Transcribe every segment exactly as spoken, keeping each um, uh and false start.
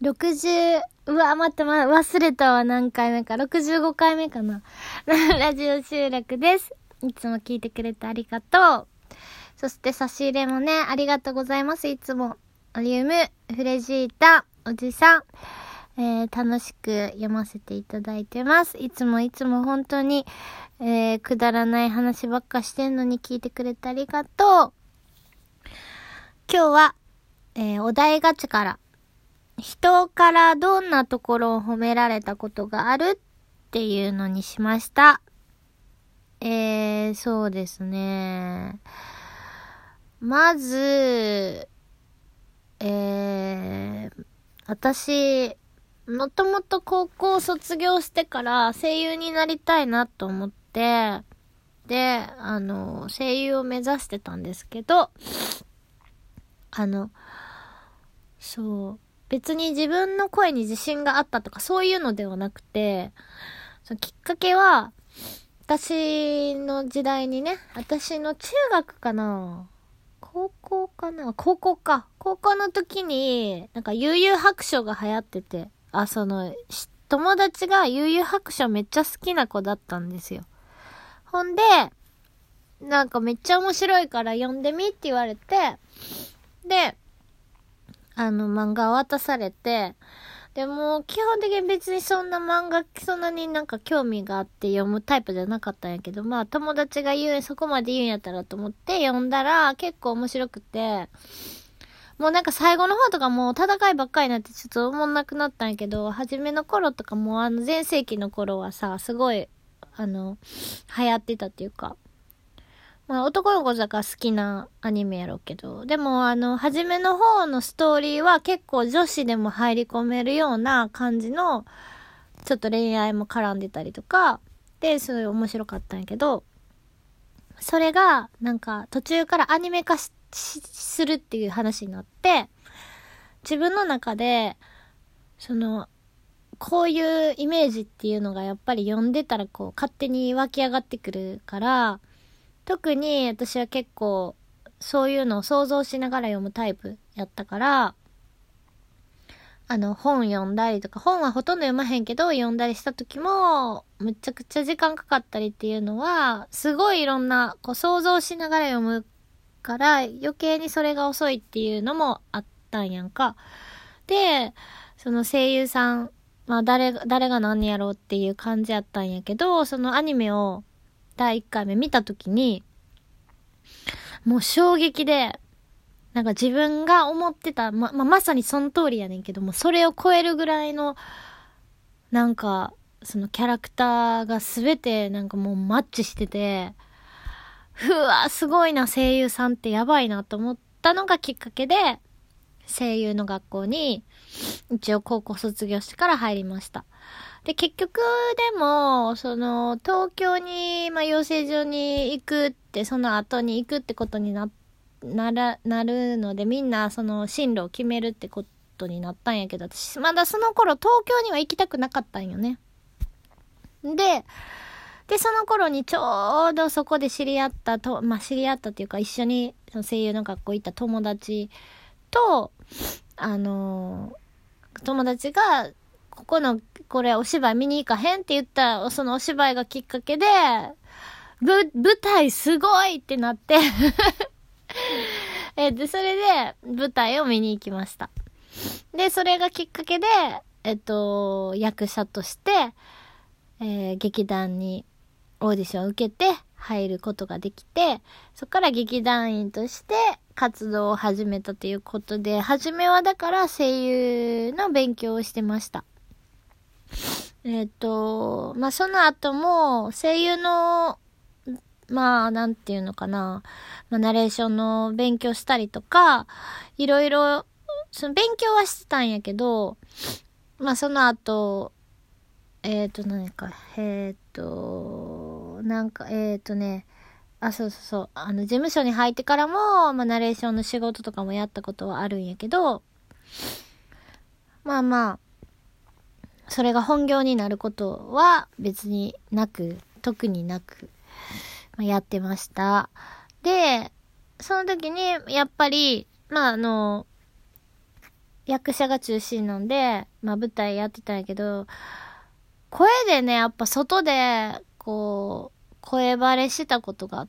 ろくじゅう、うわ、待って、ま、忘れたわ、何回目か。ろくじゅうごかいめかな。ラジオ集落です。いつも聞いてくれてありがとう。そして差し入れもね、ありがとうございます。いつも。オリウム、フレジータ、おじさん、えー、楽しく読ませていただいてます。いつもいつも本当に、えー、くだらない話ばっかしてんのに聞いてくれてありがとう。今日は、えー、お題ガチャから、人からどんなところを褒められたことがあるっていうのにしました。えー、そうですね。まず、えー、私、もともと高校卒業してから声優になりたいなと思って、で、あの、声優を目指してたんですけど、あの、そう、別に自分の声に自信があったとかそういうのではなくて、そのきっかけは、私の時代にね、私の中学かな高校かな高校か。高校の時に、なんか悠々白書が流行ってて、あ、その、友達が悠々白書めっちゃ好きな子だったんですよ。ほんで、なんかめっちゃ面白いから読んでみって言われて、で、あの漫画渡されて、でも基本的に別にそんな漫画そんなになんか興味があって読むタイプじゃなかったんやけど、まあ友達が言う、そこまで言うんやったらと思って読んだら結構面白くて、もうなんか最後の方とかもう戦いばっかりになってちょっと思んなくなったんやけど、初めの頃とかもあの前世紀の頃はさ、すごいあの流行ってたっていうか、まあ男の子だから好きなアニメやろうけど、でもあの初めの方のストーリーは結構女子でも入り込めるような感じのちょっと恋愛も絡んでたりとかですごい面白かったんやけど、それがなんか途中からアニメ化しするっていう話になって、自分の中でそのこういうイメージっていうのがやっぱり読んでたらこう勝手に湧き上がってくるから、特に私は結構そういうのを想像しながら読むタイプやったから、あの本読んだりとか、本はほとんど読まへんけど読んだりした時もむちゃくちゃ時間かかったりっていうのはすごいいろんなこう想像しながら読むから余計にそれが遅いっていうのもあったんやんか。で、その声優さん、まあ誰が誰が何やろうっていう感じやったんやけど、そのアニメをだいいっかいめ見たときに、もう衝撃で、なんか自分が思ってた、ま、ま、まさにその通りやねんけども、それを超えるぐらいの、なんか、そのキャラクターがすべてなんかもうマッチしてて、うわ、すごいな、声優さんってやばいなと思ったのがきっかけで、声優の学校に、一応高校卒業してから入りました。で、結局、でも、その、東京に、まあ、養成所に行くって、その後に行くってことにな、なら、なるので、みんな、その、進路を決めるってことになったんやけど、私、まだその頃、東京には行きたくなかったんよね。で、で、その頃にちょうどそこで知り合ったと、まあ、知り合ったっていうか、一緒に、その声優の学校行った友達と、あのー、友達が、ここの、これお芝居見に行かへんって言ったそのお芝居がきっかけで、ぶ、舞台すごいってなって、えで、それで舞台を見に行きました。で、それがきっかけで、えっと、役者として、えー、劇団にオーディションを受けて入ることができて、そこから劇団員として活動を始めたということで、初めはだから声優の勉強をしてました。えっと、まあ、その後も声優の、まあ、なんていうのかな、まあ、ナレーションの勉強したりとか、いろいろ、その勉強はしてたんやけど、まあ、その後、えっと、何か、えっと、なんか、えっとね、あ、そうそうそう、あの、事務所に入ってからも、まあ、ナレーションの仕事とかもやったことはあるんやけど、まあまあ、それが本業になることは別になく、特になく、まあ、やってました。で、その時に、やっぱり、まああの、 役者が中心なんで、まあ舞台やってたんやけど、声でね、やっぱ外で、こう、声バレしたことがあって、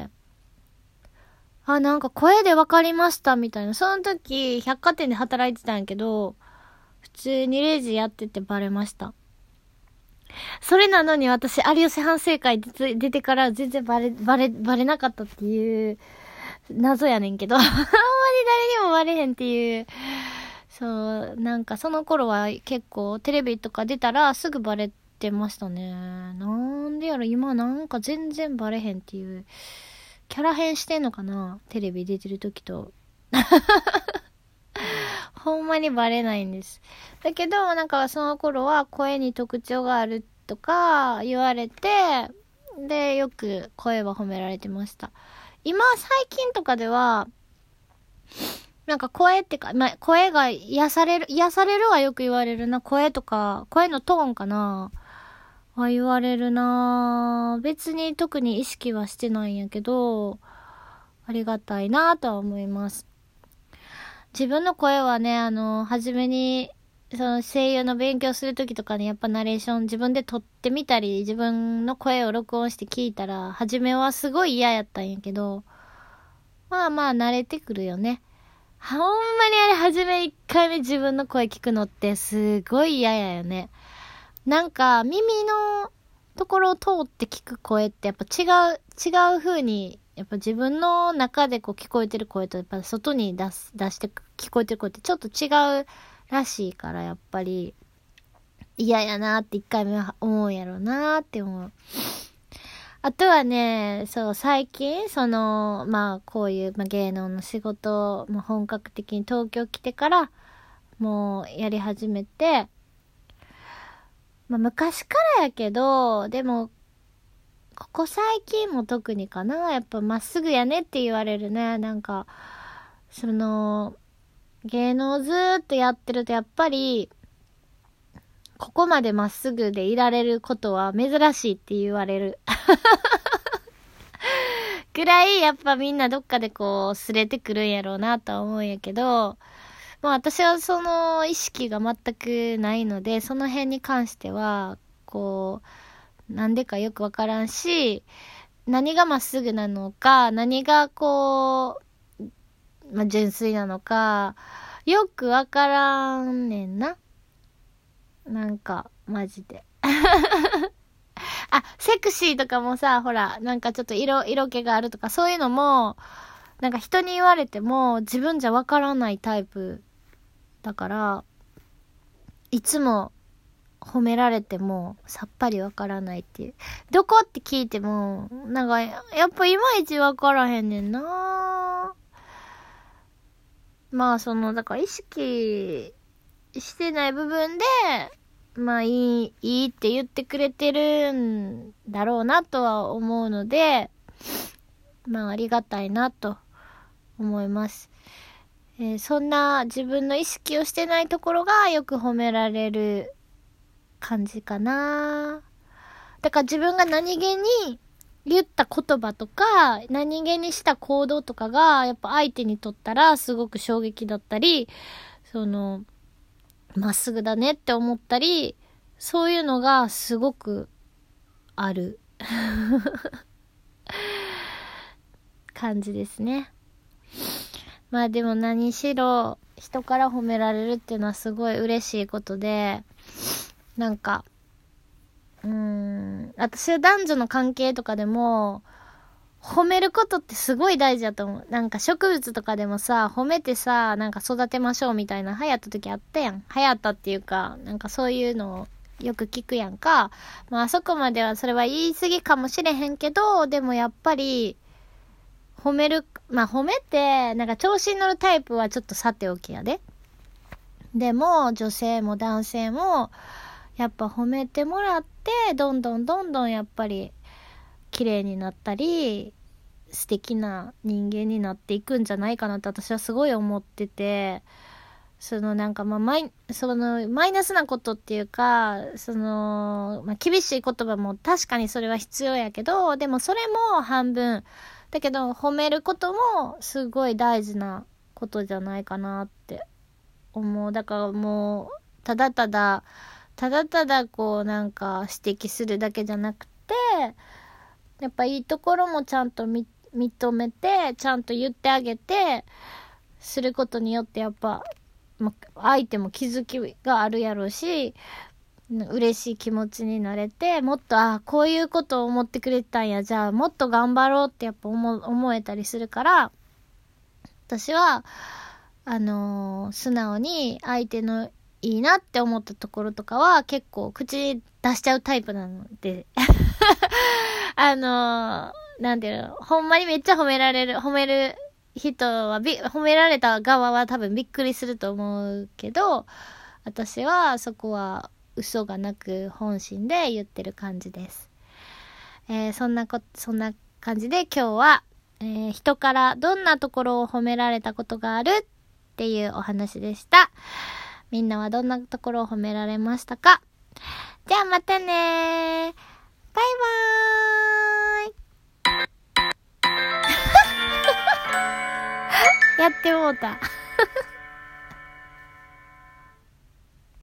あ、なんか声でわかりましたみたいな。その時、百貨店で働いてたんやけど、普通にレジやっててバレました。それなのに私、有吉反省会出て、出てから全然バレ、バレ、バレなかったっていう、謎やねんけど、あんまり誰にもバレへんっていう、そう、なんかその頃は結構テレビとか出たらすぐバレてましたね。なんでやろ、今なんか全然バレへんっていう、キャラ変してんのかな、テレビ出てる時と。ほんまにバレないんです。だけど、なんかその頃は声に特徴があるとか言われて、で、よく声は褒められてました。今、最近とかでは、なんか声ってか、まあ、声が癒される、癒されるはよく言われるな。声とか、声のトーンかなは言われるな。別に特に意識はしてないんやけど、ありがたいなとは思います。自分の声はね、あの、初めに、その声優の勉強するときとかにやっぱナレーション自分で撮ってみたり、自分の声を録音して聞いたら、初めはすごい嫌やったんやけど、まあまあ慣れてくるよね。ほんまにあれ初めいっかいめ自分の声聞くのってすごい嫌やよね。なんか耳のところを通って聞く声ってやっぱ違う、違う風に、やっぱ自分の中でこう聞こえてる声とやっぱ外に出す、出して聞こえてる声ってちょっと違うらしいから、やっぱり嫌やなっていっかいめは思うんやろうなって思う。あとはね、そう、最近、その、まあ、こういう、まあ、芸能の仕事、まあ、本格的に東京来てから、もう、やり始めて、まあ、昔からやけど、でも、ここ最近も特にかな、やっぱまっすぐやねって言われるね。なんか、その、芸能ずーっとやってると、やっぱり、ここまでまっすぐでいられることは珍しいって言われる。ぐらい、やっぱみんなどっかでこう、すれてくるんやろうなとは思うんやけど、まあ私はその意識が全くないので、その辺に関しては、こう、なんでかよくわからんし、何がまっすぐなのか、何がこう、まあ純粋なのか、よくわからんねんな。なんか、マジで。あ、セクシーとかもさ、ほら、なんかちょっと色、色気があるとか、そういうのも、なんか人に言われても、自分じゃわからないタイプだから、いつも褒められても、さっぱりわからないっていう。どこって聞いても、なんか、やっぱいまいちわからへんねんな。まあ、その、だから意識してない部分で、まあいい、いいって言ってくれてるんだろうなとは思うので、まあありがたいなと思います。えー、そんな自分の意識をしてないところがよく褒められる感じかな。だから自分が何気に言った言葉とか、何気にした行動とかが、やっぱ相手にとったらすごく衝撃だったり、その、まっすぐだねって思ったり、そういうのがすごくある感じですね。まあでも何しろ人から褒められるっていうのはすごい嬉しいことで、なんか、うーん、私は男女の関係とかでも、褒めることってすごい大事だと思う。なんか植物とかでもさ、褒めてさ、なんか育てましょうみたいな流行った時あったやん。流行ったっていうか、なんかそういうのをよく聞くやんか。まああそこまではそれは言い過ぎかもしれへんけど、でもやっぱり、褒める、まあ褒めて、なんか調子に乗るタイプはちょっとさておきやで。でも、女性も男性も、やっぱ褒めてもらって、どんどんどんどんやっぱり、綺麗になったり素敵な人間になっていくんじゃないかなって私はすごい思ってて、そのなんかまあマイそのマイナスなことっていうか、そのまあ厳しい言葉も確かにそれは必要やけど、でもそれも半分だけど褒めることもすごい大事なことじゃないかなって思う。だからもう、ただただ、ただただこうなんか指摘するだけじゃなくて、やっぱいいところもちゃんとみ認めて、ちゃんと言ってあげて、することによってやっぱ、ま、相手も気づきがあるやろうし、嬉しい気持ちになれて、もっと、あ、こういうことを思ってくれたんや、じゃあもっと頑張ろうってやっぱ思、思えたりするから、私は、あのー素直に相手のいいなって思ったところとかは結構口に出しちゃうタイプなのであのー、なんていうの、ほんまにめっちゃ褒められる、褒める人はび、褒められた側は多分びっくりすると思うけど、私はそこは嘘がなく本心で言ってる感じです。えー、そんなこ、そんな感じで今日は、えー、人からどんなところを褒められたことがあるっていうお話でした。みんなはどんなところを褒められましたか？じゃあまたねー。バイバーイ。やってもうた。